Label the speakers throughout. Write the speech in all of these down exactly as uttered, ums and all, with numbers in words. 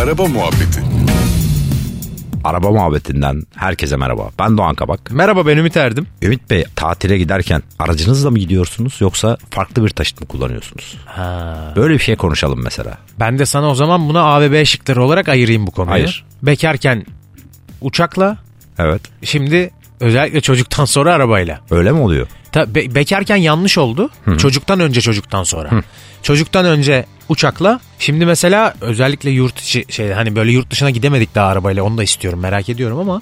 Speaker 1: Araba Muhabbeti.
Speaker 2: Araba muhabbetinden herkese merhaba. Ben Doğan Kabak.
Speaker 3: Merhaba, ben Ümit Erdim.
Speaker 2: Ümit Bey, tatile giderken aracınızla mı gidiyorsunuz yoksa farklı bir taşıt mı kullanıyorsunuz?
Speaker 3: Ha.
Speaker 2: Böyle bir şey konuşalım mesela.
Speaker 3: Ben de sana o zaman buna A ve B şıkları olarak ayırayım bu konuyu.
Speaker 2: Hayır.
Speaker 3: Bekarken uçakla,
Speaker 2: Evet.
Speaker 3: şimdi özellikle çocuktan sonra arabayla.
Speaker 2: Öyle mi oluyor?
Speaker 3: Ta, be, bekarken yanlış oldu. Hı-hı. Çocuktan önce çocuktan sonra. Hı. Çocuktan önce uçakla. Şimdi mesela özellikle yurt içi şey, hani böyle yurt dışına gidemedik daha arabayla, onu da istiyorum, merak ediyorum ama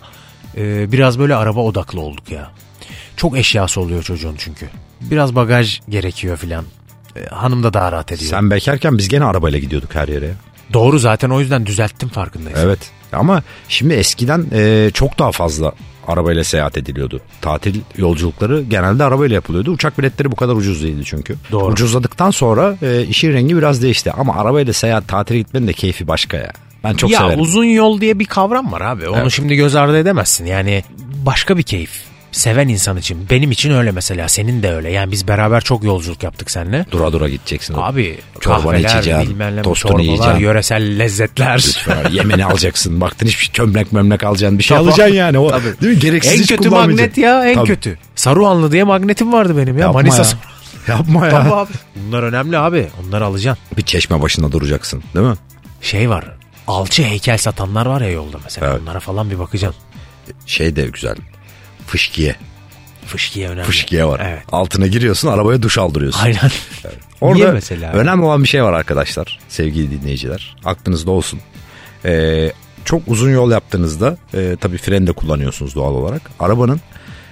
Speaker 3: e, biraz böyle araba odaklı olduk ya. Çok eşyası oluyor çocuğun çünkü. Biraz bagaj gerekiyor filan. E, hanım da daha rahat ediyor.
Speaker 2: Sen bekarken biz gene arabayla gidiyorduk her yere.
Speaker 3: Doğru, zaten o yüzden düzelttim, farkındayız.
Speaker 2: Evet ama şimdi eskiden e, çok daha fazla arabayla seyahat ediliyordu. Tatil yolculukları genelde arabayla yapılıyordu. Uçak biletleri bu kadar ucuz değildi çünkü.
Speaker 3: Doğru.
Speaker 2: Ucuzladıktan sonra e, işin rengi biraz değişti. Ama arabayla seyahat, tatile gitmenin de keyfi başka ya. Ben çok
Speaker 3: ya,
Speaker 2: severim. Ya
Speaker 3: uzun yol diye bir kavram var abi. Onu
Speaker 2: evet.
Speaker 3: şimdi göz ardı edemezsin. Yani başka bir keyif. Seven insan için. Benim için öyle mesela. Senin de öyle. Yani biz beraber çok yolculuk yaptık seninle.
Speaker 2: Dura dura gideceksin.
Speaker 3: Abi
Speaker 2: çorbanı
Speaker 3: kahveler,
Speaker 2: içeceksin,
Speaker 3: bilmem
Speaker 2: tostunu
Speaker 3: çorbalar,
Speaker 2: yiyeceksin.
Speaker 3: Yöresel lezzetler.
Speaker 2: Lütfen yemeni alacaksın. Baktın hiçbir şey, çömlek memlek alacaksın. Bir şey alacaksın yani. O, değil mi? Gereksiz
Speaker 3: en
Speaker 2: hiç
Speaker 3: kötü magnet ya, en
Speaker 2: Tabii.
Speaker 3: kötü. Saruhanlı diye magnetim vardı benim ya.
Speaker 2: Yapma
Speaker 3: Manisa.
Speaker 2: ya. Yapma ya.
Speaker 3: Tabii abi. Bunlar önemli abi. Onları alacaksın.
Speaker 2: Bir çeşme başında duracaksın değil mi?
Speaker 3: Şey var. Alçı heykel satanlar var ya yolda mesela.
Speaker 2: Evet.
Speaker 3: Onlara falan bir bakacaksın.
Speaker 2: Şey de güzel. Fışkiye.
Speaker 3: Fışkiye önemli.
Speaker 2: Fışkiye var.
Speaker 3: Evet.
Speaker 2: Altına giriyorsun, arabaya duş aldırıyorsun.
Speaker 3: Aynen.
Speaker 2: Evet. Orada
Speaker 3: niye mesela?
Speaker 2: önemli olan bir şey var arkadaşlar, sevgili dinleyiciler. Aklınızda olsun. Ee, çok uzun yol yaptığınızda e, tabii freni de kullanıyorsunuz doğal olarak. Arabanın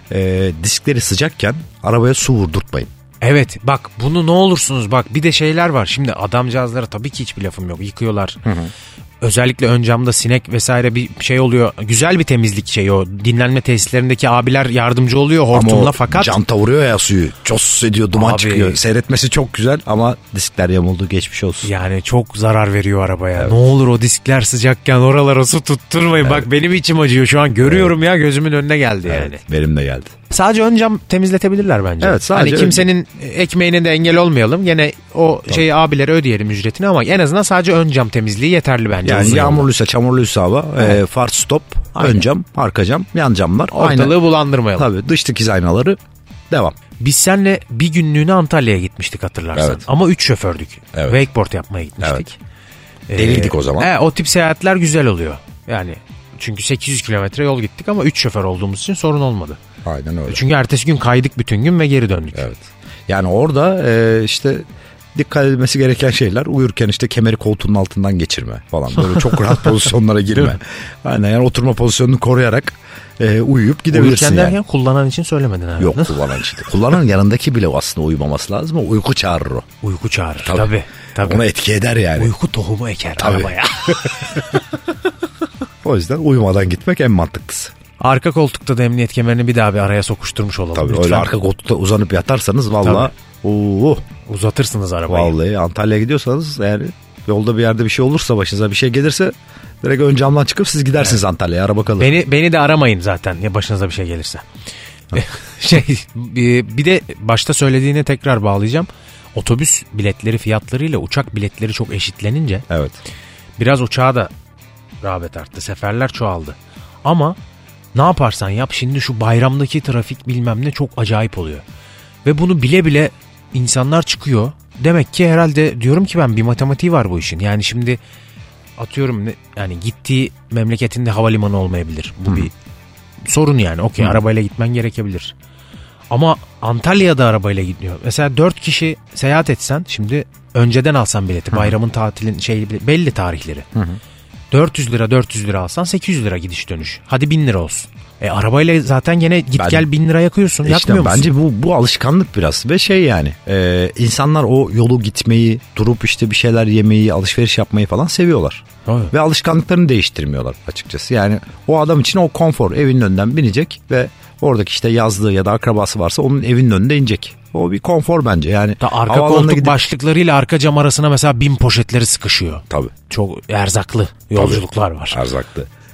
Speaker 2: e, diskleri sıcakken arabaya su vurdurtmayın.
Speaker 3: Evet, bak bunu ne olursunuz, bak bir de şeyler var. Şimdi adamcağızlara tabii ki hiçbir lafım yok. Yıkıyorlar. Hı hı. Özellikle ön camda sinek vesaire bir şey oluyor. Güzel bir temizlik şeyi o. Dinlenme tesislerindeki abiler yardımcı oluyor hortumla,
Speaker 2: ama
Speaker 3: fakat
Speaker 2: canta vuruyor ya suyu. Cos ediyor, duman
Speaker 3: abi,
Speaker 2: çıkıyor. Seyretmesi çok güzel ama diskler yamuldu, geçmiş olsun.
Speaker 3: Yani çok zarar veriyor arabaya.
Speaker 2: Evet.
Speaker 3: Ne olur o diskler sıcakken oralara su tutturmayın. Evet. Bak benim içim acıyor şu an. Görüyorum evet. ya, gözümün önüne geldi
Speaker 2: evet,
Speaker 3: yani.
Speaker 2: Benim de geldi.
Speaker 3: Sadece ön cam temizletebilirler bence.
Speaker 2: Evet, sadece
Speaker 3: hani kimsenin ekmeğine de engel olmayalım. Yine o Tabii. şeyi abilere ödeyelim ücretini ama en azından sadece ön cam temizliği yeterli bence.
Speaker 2: Yani yağmurluysa, çamurluysa hava, evet. e, far stop, Aynen. ön cam, arka cam, yan camlar.
Speaker 3: Ortalığı Aynen. bulandırmayalım.
Speaker 2: Tabii, dış dikiz aynaları devam.
Speaker 3: Biz seninle bir günlüğüne Antalya'ya gitmiştik, hatırlarsan. Evet. Ama üç şofördük. Evet. Wakeboard yapmaya gitmiştik.
Speaker 2: Evet. Deliydik ee, o zaman.
Speaker 3: E, o tip seyahatler güzel oluyor. Yani çünkü sekiz yüz kilometre yol gittik ama üç şoför olduğumuz için sorun olmadı.
Speaker 2: Aynen öyle.
Speaker 3: Çünkü ertesi gün kaydık bütün gün ve geri döndük.
Speaker 2: Evet. Yani orada e, işte dikkat edilmesi gereken şeyler, uyurken işte kemeri koltuğun altından geçirme falan. Böyle çok rahat pozisyonlara girme. Aynen, yani oturma pozisyonunu koruyarak e, uyuyup gidebilirsin.
Speaker 3: Uyurken
Speaker 2: yani.
Speaker 3: derken kullanan için söylemedin abi.
Speaker 2: Yok, kullanan için. Kullananın yanındaki bile aslında uyumaması lazım. O uyku çağırır o.
Speaker 3: Uyku çağırır.
Speaker 2: Tabii.
Speaker 3: Tabii. Tabii.
Speaker 2: Ona etki eder yani.
Speaker 3: Uyku tohumu eker
Speaker 2: Tabii.
Speaker 3: arabaya.
Speaker 2: O yüzden uyumadan gitmek en mantıklısı.
Speaker 3: Arka koltukta da emniyet kemerini bir daha bir araya sokuşturmuş olalım.
Speaker 2: Tabii
Speaker 3: lütfen.
Speaker 2: Öyle arka koltukta uzanıp yatarsanız valla ooo,
Speaker 3: uzatırsınız arabayı.
Speaker 2: Vallahi Antalya'ya gidiyorsanız, yani yolda bir yerde bir şey olursa, başınıza bir şey gelirse direkt ön camdan çıkıp siz gidersiniz evet. Antalya'ya, araba kalır.
Speaker 3: Beni, beni de aramayın zaten ya başınıza bir şey gelirse. şey bir de başta söylediğine tekrar bağlayacağım. Otobüs biletleri fiyatlarıyla uçak biletleri çok eşitlenince
Speaker 2: evet.
Speaker 3: biraz uçağa da rağbet arttı. Seferler çoğaldı. Ama ne yaparsan yap, şimdi şu bayramdaki trafik bilmem ne çok acayip oluyor. Ve bunu bile bile insanlar çıkıyor. Demek ki herhalde diyorum ki ben, bir matematiği var bu işin. Yani şimdi atıyorum, yani gittiği memleketinde havalimanı olmayabilir. Bu Hı. bir sorun yani. Okey, arabayla gitmen gerekebilir. Ama Antalya'da arabayla gidiyor. Mesela dört kişi seyahat etsen, şimdi önceden alsan bileti, Hı. bayramın tatilin şey belli tarihleri. Hı. dört yüz lira dört yüz lira alsan sekiz yüz lira gidiş dönüş. Hadi bin lira olsun. E arabayla zaten gene git ben, gel bin lira yakıyorsun.
Speaker 2: Işte
Speaker 3: yakmıyor musun?
Speaker 2: Bence bu bu alışkanlık biraz ve şey yani e, insanlar o yolu gitmeyi, durup işte bir şeyler yemeyi, alışveriş yapmayı falan seviyorlar. Evet. Ve alışkanlıklarını değiştirmiyorlar açıkçası. Yani o adam için o konfor, evinin önünden binecek ve oradaki işte yazlığı ya da akrabası varsa onun evinin önünde inecek. O bir konfor bence yani.
Speaker 3: Da arka koltuk gidip... başlıklarıyla arka cam arasına mesela bin poşetleri sıkışıyor.
Speaker 2: Tabii.
Speaker 3: Çok erzaklı yolculuklar Tabii. var.
Speaker 2: Erzaklı.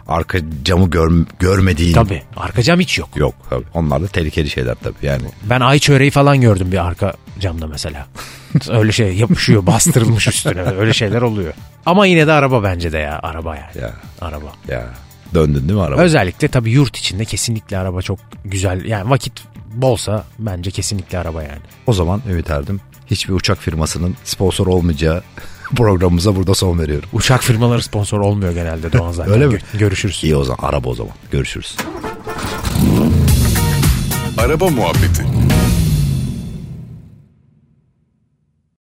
Speaker 2: arka camı gör, görmediğin.
Speaker 3: Tabii arka cam hiç yok.
Speaker 2: Yok tabii. Onlar da tehlikeli şeyler tabii yani.
Speaker 3: Ben ay çöreği falan gördüm bir arka camda mesela. Öyle şey yapışıyor, bastırılmış üstüne, öyle şeyler oluyor. Ama yine de araba bence de ya, araba yani. Ya. Araba.
Speaker 2: Ya. Döndün değil mi araba?
Speaker 3: Özellikle tabii yurt içinde kesinlikle araba çok güzel. Yani vakit bolsa bence kesinlikle araba yani.
Speaker 2: O zaman Ümit Erdem, hiçbir uçak firmasının sponsor olmayacağı programımıza burada son veriyorum.
Speaker 3: Uçak firmaları sponsor olmuyor genelde Doğan zaten.
Speaker 2: Öyle mi?
Speaker 3: Görüşürüz.
Speaker 2: İyi o zaman, araba o zaman. Görüşürüz.
Speaker 1: Araba muhabbeti.